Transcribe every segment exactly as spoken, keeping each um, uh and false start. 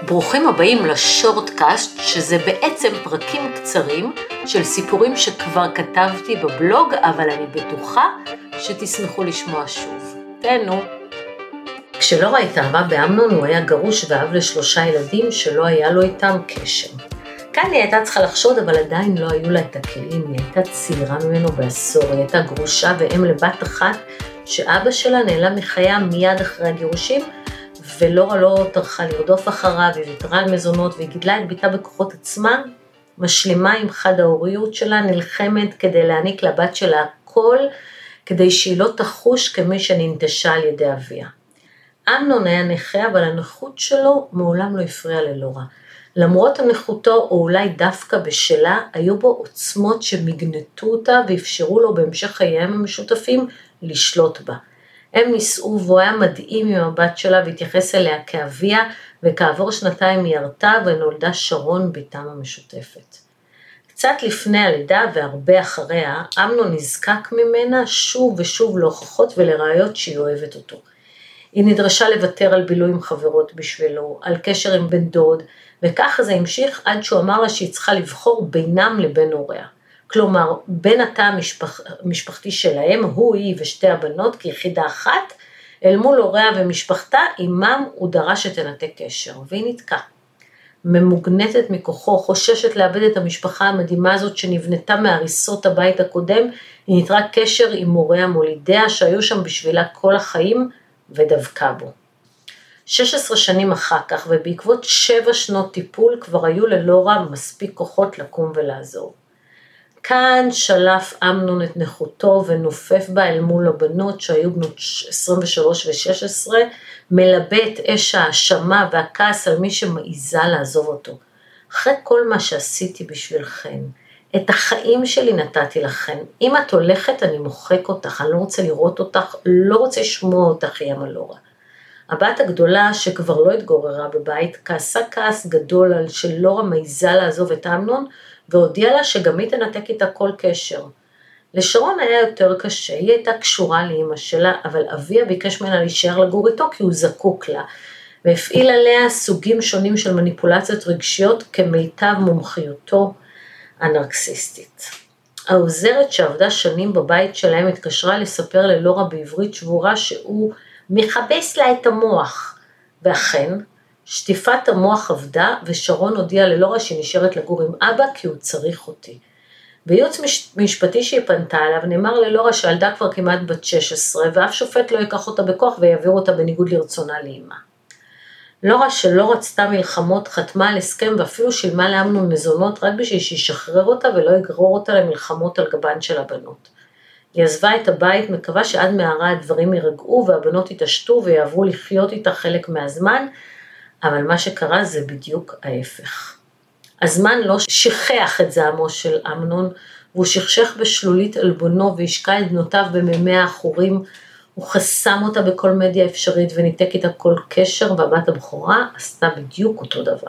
ברוכים הבאים לשורטקאסט, שזה בעצם פרקים קצרים של סיפורים שכבר כתבתי בבלוג, אבל אני בטוחה שתשמחו לשמוע שוב. תהנו. כשלורה התאהבה באמנון, הוא היה גרוש ואב לשלושה ילדים שלא היה לו איתם קשר. כאן היא הייתה צריכה לחשוד, אבל עדיין לא היו לה את הכלים. היא הייתה צעירה ממנו בעשור, היא הייתה גרושה ואם לבת אחת, שאבא שלה נעלם מחייה מיד אחרי הגירושים, ולורה לא טרחה לרדוף אחריו, היא ויתרה על מזונות, והיא גידלה את ביתה בכוחות עצמה, משלימה עם חד ההוריות שלה, נלחמת כדי להעניק לבת שלה הכל, כדי שהיא לא תחוש כמי שננטשה על ידי אביה. אמנון היה נכה, אבל הנכות שלו מעולם לא הפריעה ללורה. למרות הנכותו, או אולי דווקא בשלה, היו בו עוצמות שמגנטו אותה, ואפשרו לו בהמשך חייהם המשותפים לשלוט בה. הם נישאו והוא היה מדהים עם הבת שלה והתייחס אליה כאביה, וכעבור שנתיים היא ירתה ונולדה שרון ביתם המשותפת. קצת לפני הלידה והרבה אחריה, אמנון נזקק ממנה שוב ושוב להוכחות ולראיות שהיא אוהבת אותו. היא נדרשה לוותר על בילוי עם חברות בשבילו, על קשר עם בן דוד, וככה זה המשיך עד שהוא אמר לה שהיא צריכה לבחור בינם לבין הוריה. כלומר, בין התא המשפח, המשפחתי שלהם, הוא, היא ושתי הבנות כיחידה אחת, אל מול הוריה ומשפחתה, עמם הוא דרש שתנתק קשר, והיא נתקעה. ממוגנטת מכוחו, חוששת לאבד את המשפחה המדהימה הזאת שנבנתה מהריסות הבית הקודם, היא נתרה קשר עם הוריה מולידיה שהיו שם בשבילה כל החיים ודבקה בו. שש עשרה שנים אחר כך, ובעקבות שבע שנות טיפול, כבר היו ללורה מספיק כוחות לקום ולעזור. כאן שלף אמנון את נכותו ונופף בה אל מול הבנות שהיו בנות עשרים ושלוש ו-שש עשרה, מלבה את אש האשמה והכעס על מי שמעיזה לעזוב אותו. אחרי כל מה שעשיתי בשבילכן, את החיים שלי נתתי לכן, אם את הולכת אני מוחק אותך, אני לא רוצה לראות אותך, לא רוצה לשמוע אותך ימה לורה. הבת הגדולה שכבר לא התגוררה בבית, כעסה כעס גדול על שלורה מעיזה לעזוב את אמנון, והודיעה לה שגם היא תנתק איתה כל קשר. לשרון היה יותר קשה, היא הייתה קשורה לאמא שלה, אבל אביה ביקש ממנה להישאר לגור איתו כי הוא זקוק לה, והפעיל עליה סוגים שונים של מניפולציות רגשיות כמיטב מומחיותו הנרקסיסטית. העוזרת שעבדה שנים בבית שלהם התקשרה לספר ללורה בעברית שבורה שהוא מחבש לה את המוח, ואכן, שטיפת המוח עבדה, ושרון הודיע ללורה שהיא נשארת לגור עם אבא, כי הוא צריך אותי. בייעוץ משפטי שהיא פנתה עליו, נאמר ללורה שהילדה כבר כמעט בת שש עשרה, ואף שופט לא ייקח אותה בכוח ויעביר אותה בניגוד לרצונה לאמא. לורה שלא רצתה מלחמות, חתמה על הסכם ואפילו שילמה לאמנון מזונות, רק בשביל שישחרר אותה ולא יגרור אותה למלחמות על גבן של הבנות. היא עזבה את הבית, מקווה שעד מהרה הדברים ירגעו, והבנות יתעשתו ויעברו לחיות איתה חלק מהזמן, אבל מה שקרה זה בדיוק ההפך. הזמן לא שכח את זעמו של אמנון, והוא שכשך בשלולית אלבונו והשקע את בנותיו במימי האחורים, הוא חסם אותה בכל מדיה אפשרית וניתק איתה כל קשר, והבת הבכורה עשתה בדיוק אותו דבר.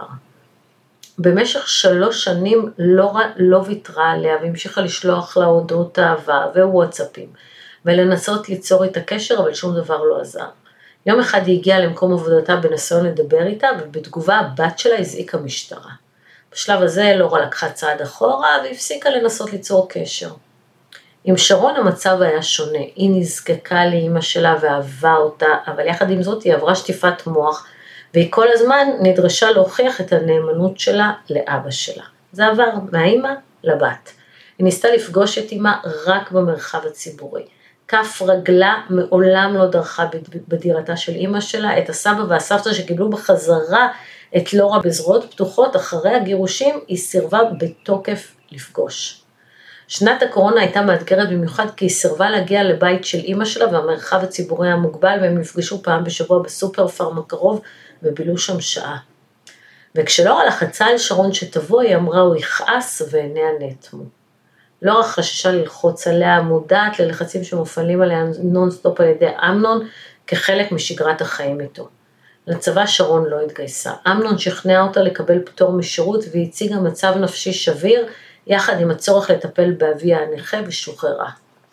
במשך שלוש שנים לורה לא ויתרה עליה והמשיכה לשלוח לה הודעות אהבה ווואטסאפים, ולנסות ליצור איתה קשר, אבל שום דבר לא עזר. יום אחד היא הגיעה למקום עבודתה בניסיון לדבר איתה, ובתגובה הבת שלה הזעיקה משטרה. בשלב הזה לורה לקחה צעד אחורה והפסיקה לנסות ליצור קשר. עם שרון המצב היה שונה, היא נזקקה לאמא שלה ואהבה אותה, אבל יחד עם זאת היא עברה שטיפת מוח, והיא כל הזמן נדרשה להוכיח את הנאמנות שלה לאבא שלה. זה עבר מהאמא לבת. היא ניסתה לפגוש את אמא רק במרחב הציבורי. כף רגלה מעולם לא דרכה בדירתה של אמא שלה, את הסבא והסבתא שקיבלו בחזרה את לורה בזרועות פתוחות, אחרי הגירושים היא סירבה בתוקף לפגוש. שנת הקורונה הייתה מאתגרת במיוחד כי היא סירבה להגיע לבית של אמא שלה, והמרחב הציבורי המוגבל, והם נפגשו פעם בשבוע בסופר פארם הקרוב, ובילו שם שעה. וכשלורה לחצה על שרון שתבוא, היא אמרה הוא יכעס ועיניה נאטמו. לורה חששה ללחוץ עליה, מודעת ללחצים שמופעלים עליה נונסטופ על ידי אמנון, כחלק משגרת החיים איתו. לצבא שרון לא התגייסה. אמנון שכנע אותה לקבל פטור משירות, והציגה מצב נפשי שביר, יחד עם הצורך לטפל באביה הנכה ושוחררה.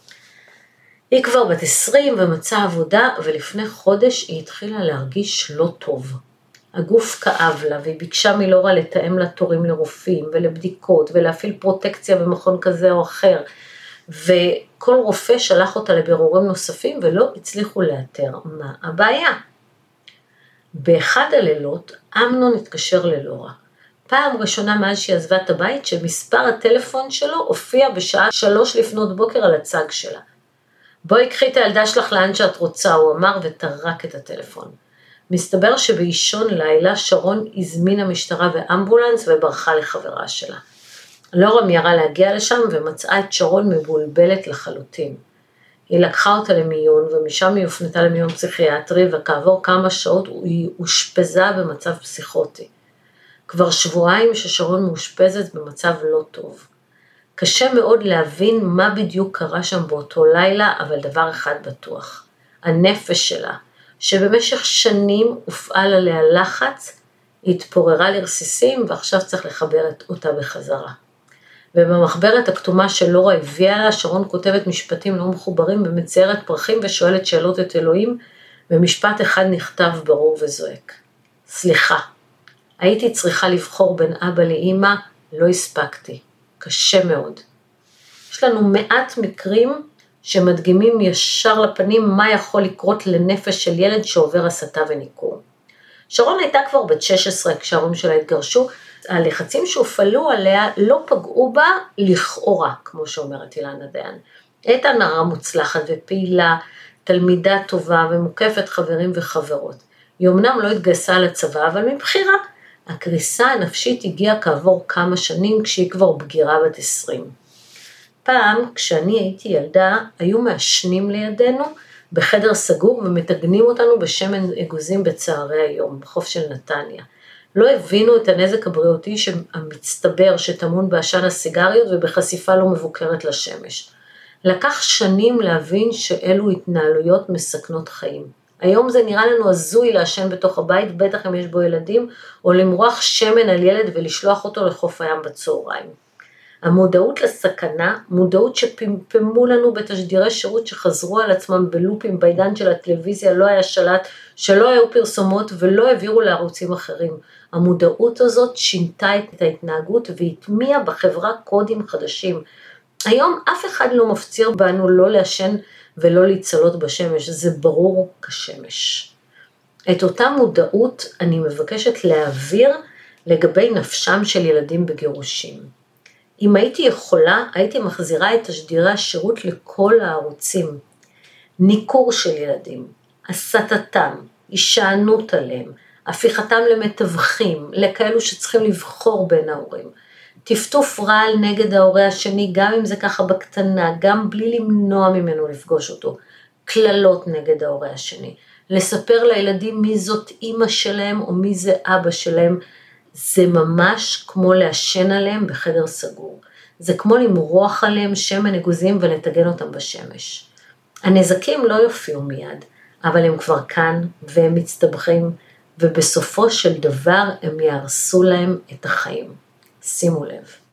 היא כבר בת עשרים ומצאה עבודה, ולפני חודש היא התחילה להרגיש לא טוב. הגוף כאב לה, והיא ביקשה מלורה לתאם לה תורים לרופאים ולבדיקות, ולהפעיל פרוטקציה במכון כזה או אחר, וכל רופא שלח אותה לבירורים נוספים, ולא הצליחו לאתר מה הבעיה. באחד הלילות, אמנון התקשר ללורה. פעם ראשונה מאז שהיא עזבה את הבית, שמספר הטלפון שלו הופיע בשעה שלוש לפנות בוקר על הצג שלה. בואי קחי את הילדה שלך לאן שאת רוצה, הוא אמר וטרק את הטלפון. מסתבר שבאישון לילה שרון הזמינה משטרה ואמבולנס וברחה לחברה שלה. לורה מיהרה להגיע לשם ומצאה את שרון מבולבלת לחלוטין. היא לקחה אותה למיון ומשם היא הופנתה למיון פסיכיאטרי וכעבור כמה שעות היא אושפזה במצב פסיכוטי. כבר שבועיים ששרון מאושפזת במצב לא טוב. קשה מאוד להבין מה בדיוק קרה שם באותו לילה, אבל דבר אחד בטוח. הנפש שלה, שבמשך שנים הופעל עליה לחץ, התפוררה לרסיסים ועכשיו צריך לחבר אותה בחזרה. ובמחברת הכתומה של לורה הביאה לה, שרון כותבת משפטים לא מחוברים ומציירת פרחים ושואלת שאלות את אלוהים, ומשפט אחד נכתב ברור וזועק. סליחה, הייתי צריכה לבחור בין אבא לאמא, לא הספקתי. קשה מאוד. יש לנו מעט מקרים שמדגימים ישר לפנים מה יכול לקרות לנפש של ילד שעובר הסתה וניכור. שרון הייתה כבר בת שש עשרה כשההורים שלה התגרשו, הלחצים שהופעלו עליה לא פגעו בה לכאורה, כמו שאומרת אילנה דיין. הייתה נערה מוצלחת ופעילה, תלמידה טובה ומוקפת חברים וחברות. היא אמנם לא התגייסה לצבא, אבל מבחירה. הקריסה הנפשית הגיעה כעבור כמה שנים כשהיא כבר בגירה בת עשרים. פעם, כשאני הייתי ילדה, היו מעשנים לידינו בחדר סגור ומתגנים אותנו בשמן אגוזים בצהרי היום, בחוף של נתניה. לא הבינו את הנזק הבריאותי המצטבר שטמון בעשן הסיגריות ובחשיפה לא מבוקרת לשמש. לקח שנים להבין שאלו התנהלויות מסכנות חיים. היום זה נראה לנו הזוי לעשן בתוך הבית, בטח אם יש בו ילדים, או למרוח שמן על ילד ולשלוח אותו לחוף הים בצהריים. המודעות לסכנה, מודעות שפמפמו לנו בתשדירי שירות שחזרו על עצמם בלופים בעידן של הטלוויזיה, לא היה שלט, שלא היו פרסומות ולא העבירו לערוצים אחרים. המודעות הזאת שינתה את ההתנהגות והטמיעה בחברה קודים חדשים. היום אף אחד לא מפציר בנו לא לעשן ולא להצלות בשמש, זה ברור כשמש. את אותה מודעות אני מבקשת להעביר לגבי נפשם של ילדים בגירושים. אם הייתי יכולה, הייתי מחזירה את תשדירי השירות לכל הערוצים. ניכור של ילדים, הסתתם, הישענות עליהם, הפיכתם למתווכים, לכאלו שצריכים לבחור בין ההורים. טפטוף רעל נגד ההורה השני, גם אם זה ככה בקטנה, גם בלי למנוע ממנו לפגוש אותו. כללות נגד ההורה השני. לספר לילדים מי זאת אמא שלהם או מי זה אבא שלהם, זה ממש כמו לעשן עליהם בחדר סגור. זה כמו למרוח עליהם שמן אגוזים ולטגן אותם בשמש. הנזקים לא יופיעו מיד, אבל הם כבר כאן והם מצטברים, ובסופו של דבר הם יהרסו להם את החיים. שימו לב.